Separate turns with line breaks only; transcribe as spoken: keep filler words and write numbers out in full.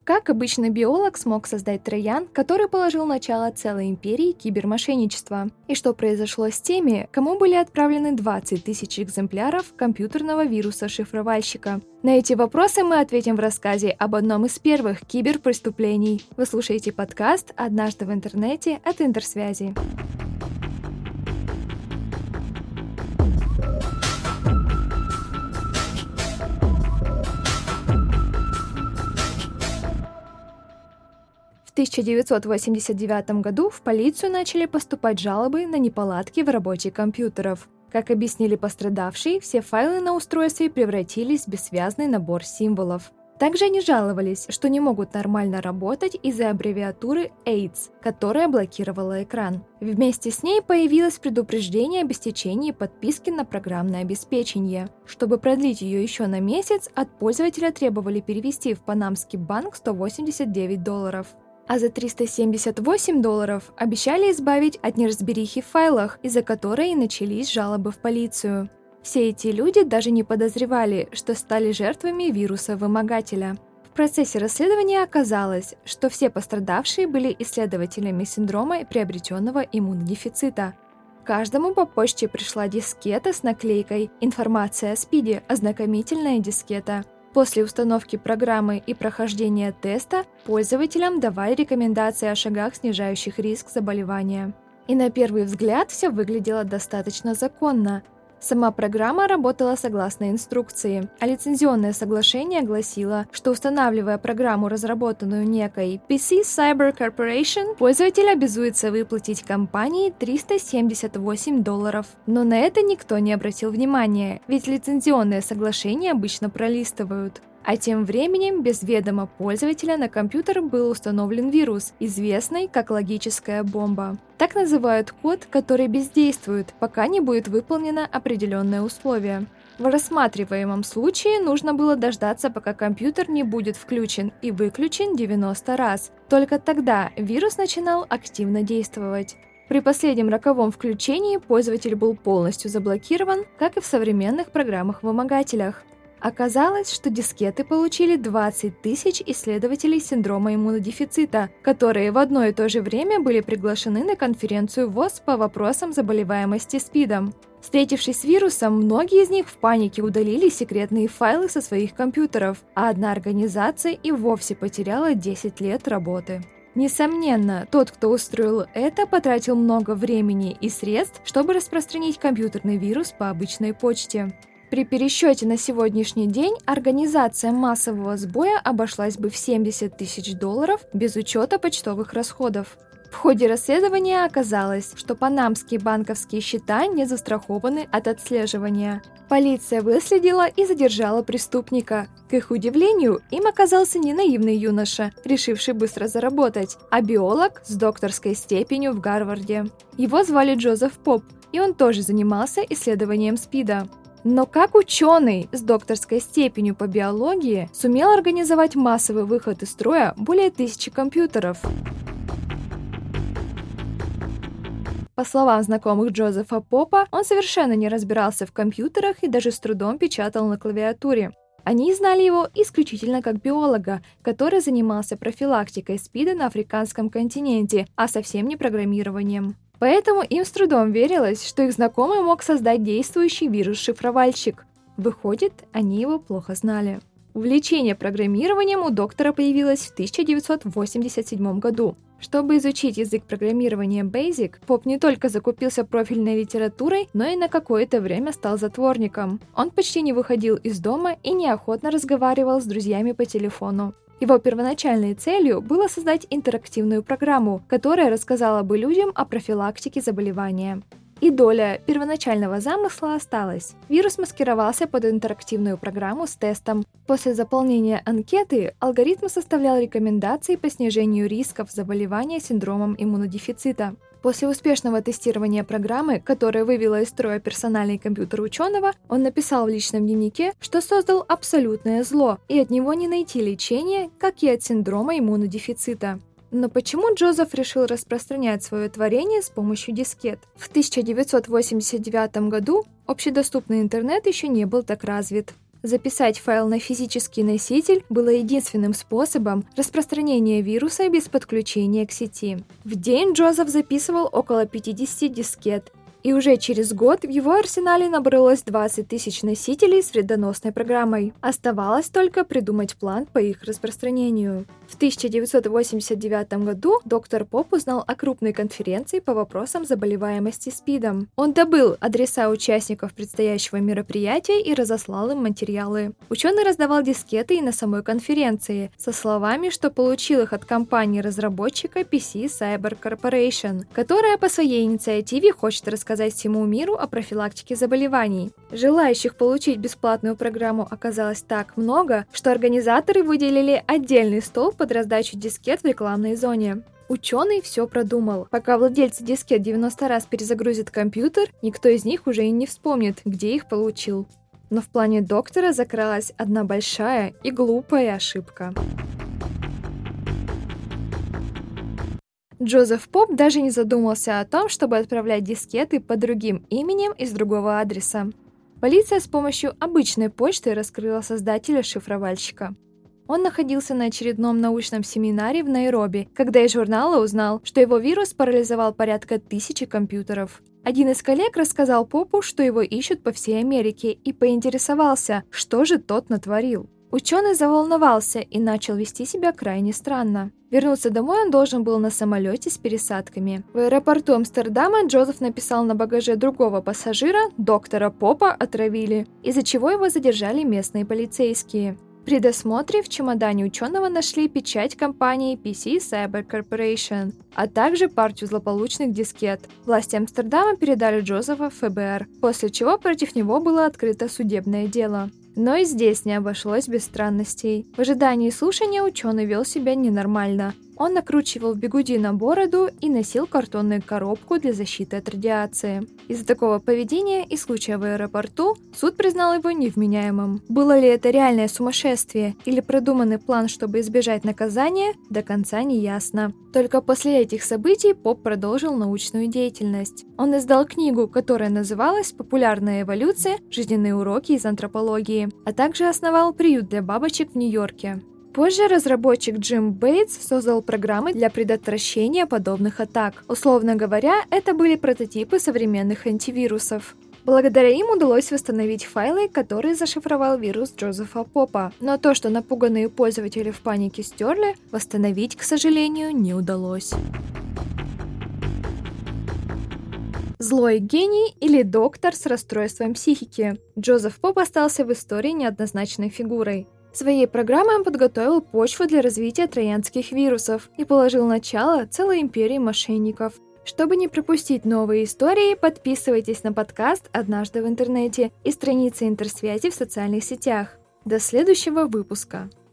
Как обычный биолог смог создать троян, который положил начало целой империи кибермошенничества? И что произошло с теми, кому были отправлены двадцать тысяч экземпляров компьютерного вируса-шифровальщика? На эти вопросы мы ответим в рассказе об одном из первых киберпреступлений. Вы слушаете подкаст «Однажды в интернете» от Интерсвязи. В тысяча девятьсот восемьдесят девятом году в полицию начали поступать жалобы на неполадки в работе компьютеров. Как объяснили пострадавшие, все файлы на устройстве превратились в бессвязный набор символов. Также они жаловались, что не могут нормально работать из-за аббревиатуры эйдс, которая блокировала экран. Вместе с ней появилось предупреждение об истечении подписки на программное обеспечение. Чтобы продлить ее еще на месяц, от пользователя требовали перевести в панамский банк сто восемьдесят девять долларов. А за триста семьдесят восемь долларов обещали избавить от неразберихи в файлах, из-за которой и начались жалобы в полицию. Все эти люди даже не подозревали, что стали жертвами вируса-вымогателя. В процессе расследования оказалось, что все пострадавшие были исследователями синдрома приобретенного иммунодефицита. Каждому по почте пришла дискета с наклейкой «Информация о СПИДе. Ознакомительная дискета». После установки программы и прохождения теста пользователям давали рекомендации о шагах, снижающих риск заболевания. И на первый взгляд все выглядело достаточно законно. Сама программа работала согласно инструкции, а лицензионное соглашение гласило, что устанавливая программу, разработанную некой пи си Cyber Corporation, пользователь обязуется выплатить компании триста семьдесят восемь долларов. Но на это никто не обратил внимания, ведь лицензионное соглашение обычно пролистывают. А тем временем, без ведома пользователя на компьютер был установлен вирус, известный как логическая бомба. Так называют код, который бездействует, пока не будет выполнено определенное условие. В рассматриваемом случае нужно было дождаться, пока компьютер не будет включен и выключен девяносто раз. Только тогда вирус начинал активно действовать. При последнем роковом включении пользователь был полностью заблокирован, как и в современных программах-вымогателях. Оказалось, что дискеты получили двадцать тысяч исследователей синдрома иммунодефицита, которые в одно и то же время были приглашены на конференцию ВОЗ по вопросам заболеваемости СПИДом. Встретившись с вирусом, многие из них в панике удалили секретные файлы со своих компьютеров, а одна организация и вовсе потеряла десять лет работы. Несомненно, тот, кто устроил это, потратил много времени и средств, чтобы распространить компьютерный вирус по обычной почте. При пересчете на сегодняшний день организация массового сбоя обошлась бы в семьдесят тысяч долларов без учета почтовых расходов. В ходе расследования оказалось, что панамские банковские счета не застрахованы от отслеживания. Полиция выследила и задержала преступника. К их удивлению, им оказался не наивный юноша, решивший быстро заработать, а биолог с докторской степенью в Гарварде. Его звали Джозеф Поп, и он тоже занимался исследованием СПИДа. Но как ученый с докторской степенью по биологии сумел организовать массовый выход из строя более тысячи компьютеров? По словам знакомых Джозефа Попа, он совершенно не разбирался в компьютерах и даже с трудом печатал на клавиатуре. Они знали его исключительно как биолога, который занимался профилактикой СПИДа на африканском континенте, а совсем не программированием. Поэтому им с трудом верилось, что их знакомый мог создать действующий вирус-шифровальщик. Выходит, они его плохо знали. Увлечение программированием у доктора появилось в тысяча девятьсот восемьдесят седьмом году. Чтобы изучить язык программирования Basic, Поп не только закупился профильной литературой, но и на какое-то время стал затворником. Он почти не выходил из дома и неохотно разговаривал с друзьями по телефону. Его первоначальной целью было создать интерактивную программу, которая рассказала бы людям о профилактике заболевания. И доля первоначального замысла осталась. Вирус маскировался под интерактивную программу с тестом. После заполнения анкеты алгоритм составлял рекомендации по снижению рисков заболевания синдромом иммунодефицита. После успешного тестирования программы, которая вывела из строя персональный компьютер ученого, он написал в личном дневнике, что создал абсолютное зло, и от него не найти лечения, как и от синдрома иммунодефицита. Но почему Джозеф решил распространять свое творение с помощью дискет? В тысяча девятьсот восемьдесят девятом году общедоступный интернет еще не был так развит. Записать файл на физический носитель было единственным способом распространения вируса без подключения к сети. В день Джозеф записывал около пятьдесят дискет, и уже через год в его арсенале набралось двадцать тысяч носителей с вредоносной программой. Оставалось только придумать план по их распространению. В тысяча девятьсот восемьдесят девятом году доктор Поп узнал о крупной конференции по вопросам заболеваемости СПИДом. Он добыл адреса участников предстоящего мероприятия и разослал им материалы. Ученый раздавал дискеты и на самой конференции, со словами, что получил их от компании-разработчика пи си Cyber Corporation, которая по своей инициативе хочет рассказать всему миру о профилактике заболеваний. Желающих получить бесплатную программу оказалось так много, что организаторы выделили отдельный стол под раздачу дискет в рекламной зоне. Ученый все продумал. Пока владельцы дискет девяносто раз перезагрузят компьютер, никто из них уже и не вспомнит, где их получил. Но в плане доктора закралась одна большая и глупая ошибка. Джозеф Поп даже не задумался о том, чтобы отправлять дискеты под другим именем из другого адреса. Полиция с помощью обычной почты раскрыла создателя шифровальщика. Он находился на очередном научном семинаре в Найроби, когда из журнала узнал, что его вирус парализовал порядка тысячи компьютеров. Один из коллег рассказал Попу, что его ищут по всей Америке, и поинтересовался, что же тот натворил. Ученый заволновался и начал вести себя крайне странно. Вернуться домой он должен был на самолете с пересадками. В аэропорту Амстердама Джозеф написал на багаже другого пассажира: доктора Попа отравили, из-за чего его задержали местные полицейские. При досмотре в чемодане ученого нашли печать компании пи си Cyber Corporation, а также партию злополучных дискет. Власти Амстердама передали Джозефа в эф бэ эр, после чего против него было открыто судебное дело. Но и здесь не обошлось без странностей. В ожидании слушания ученый вел себя ненормально. Он накручивал бигуди на бороду и носил картонную коробку для защиты от радиации. Из-за такого поведения и случая в аэропорту суд признал его невменяемым. Было ли это реальное сумасшествие или продуманный план, чтобы избежать наказания, до конца не ясно. Только после этих событий Поп продолжил научную деятельность. Он издал книгу, которая называлась «Популярная эволюция. Жизненные уроки из антропологии», а также основал приют для бабочек в Нью-Йорке. Позже разработчик Джим Бейтс создал программы для предотвращения подобных атак. Условно говоря, это были прототипы современных антивирусов. Благодаря им удалось восстановить файлы, которые зашифровал вирус Джозефа Попа. Но то, что напуганные пользователи в панике стерли, восстановить, к сожалению, не удалось. Злой гений или доктор с расстройством психики. Джозеф Поп остался в истории неоднозначной фигурой. Своей программой он подготовил почву для развития троянских вирусов и положил начало целой империи мошенников. Чтобы не пропустить новые истории, подписывайтесь на подкаст «Однажды в интернете» и страницы Интерсвязи в социальных сетях. До следующего выпуска!